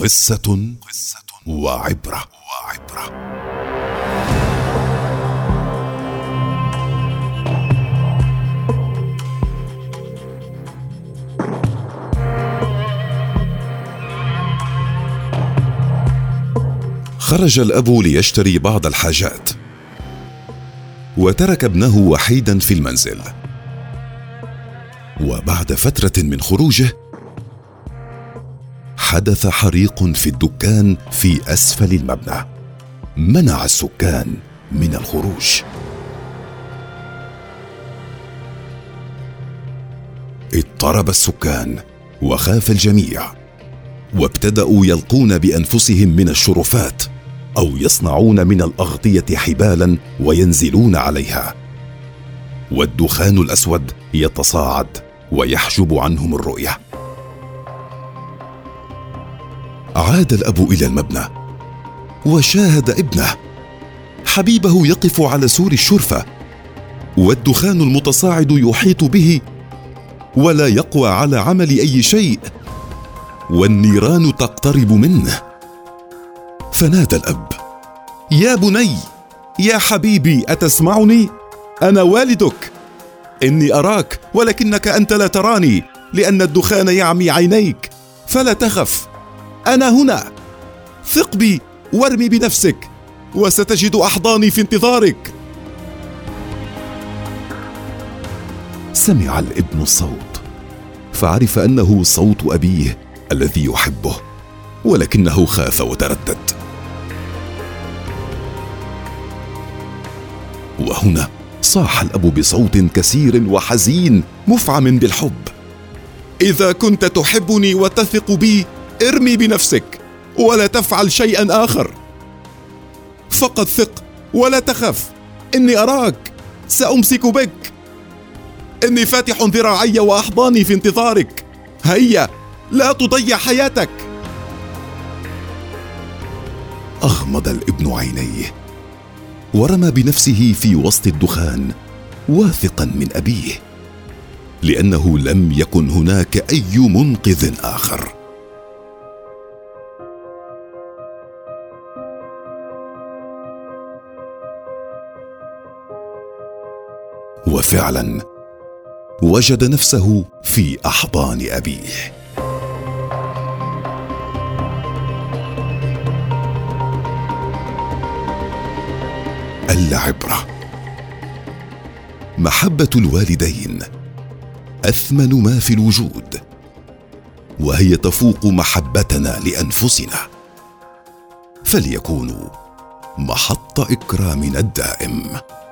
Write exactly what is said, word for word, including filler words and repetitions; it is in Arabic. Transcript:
قصة وعبرة وعبرة. خرج الأب ليشتري بعض الحاجات، وترك ابنه وحيدا في المنزل. وبعد فترة من خروجه حدث حريق في الدكان في أسفل المبنى، منع السكان من الخروج. اضطرب السكان وخاف الجميع، وابتدأوا يلقون بأنفسهم من الشرفات أو يصنعون من الأغطية حبالا وينزلون عليها، والدخان الأسود يتصاعد ويحجب عنهم الرؤية. عاد الأب إلى المبنى وشاهد ابنه حبيبه يقف على سور الشرفة، والدخان المتصاعد يحيط به ولا يقوى على عمل أي شيء، والنيران تقترب منه. فنادى الأب: يا بني، يا حبيبي، أتسمعني؟ أنا والدك، إني أراك ولكنك أنت لا تراني، لأن الدخان يعمي عينيك، فلا تخف، أنا هنا، ثق بي وارمي بنفسك، وستجد أحضاني في انتظارك. سمع الابن الصوت، فعرف أنه صوت أبيه الذي يحبه، ولكنه خاف وتردد. وهنا صاح الأب بصوت كسير وحزين مفعم بالحب: إذا كنت تحبني وتثق بي، ارمي بنفسك ولا تفعل شيئا آخر، فقط ثق ولا تخف، إني أراك، سأمسك بك، إني فاتح ذراعي وأحضاني في انتظارك، هيا لا تضيع حياتك. أغمض الابن عينيه ورمى بنفسه في وسط الدخان، واثقا من أبيه، لأنه لم يكن هناك أي منقذ آخر. وفعلا وجد نفسه في أحضان أبيه. العبرة: محبة الوالدين أثمن ما في الوجود، وهي تفوق محبتنا لأنفسنا، فليكونوا محط إكرامنا الدائم.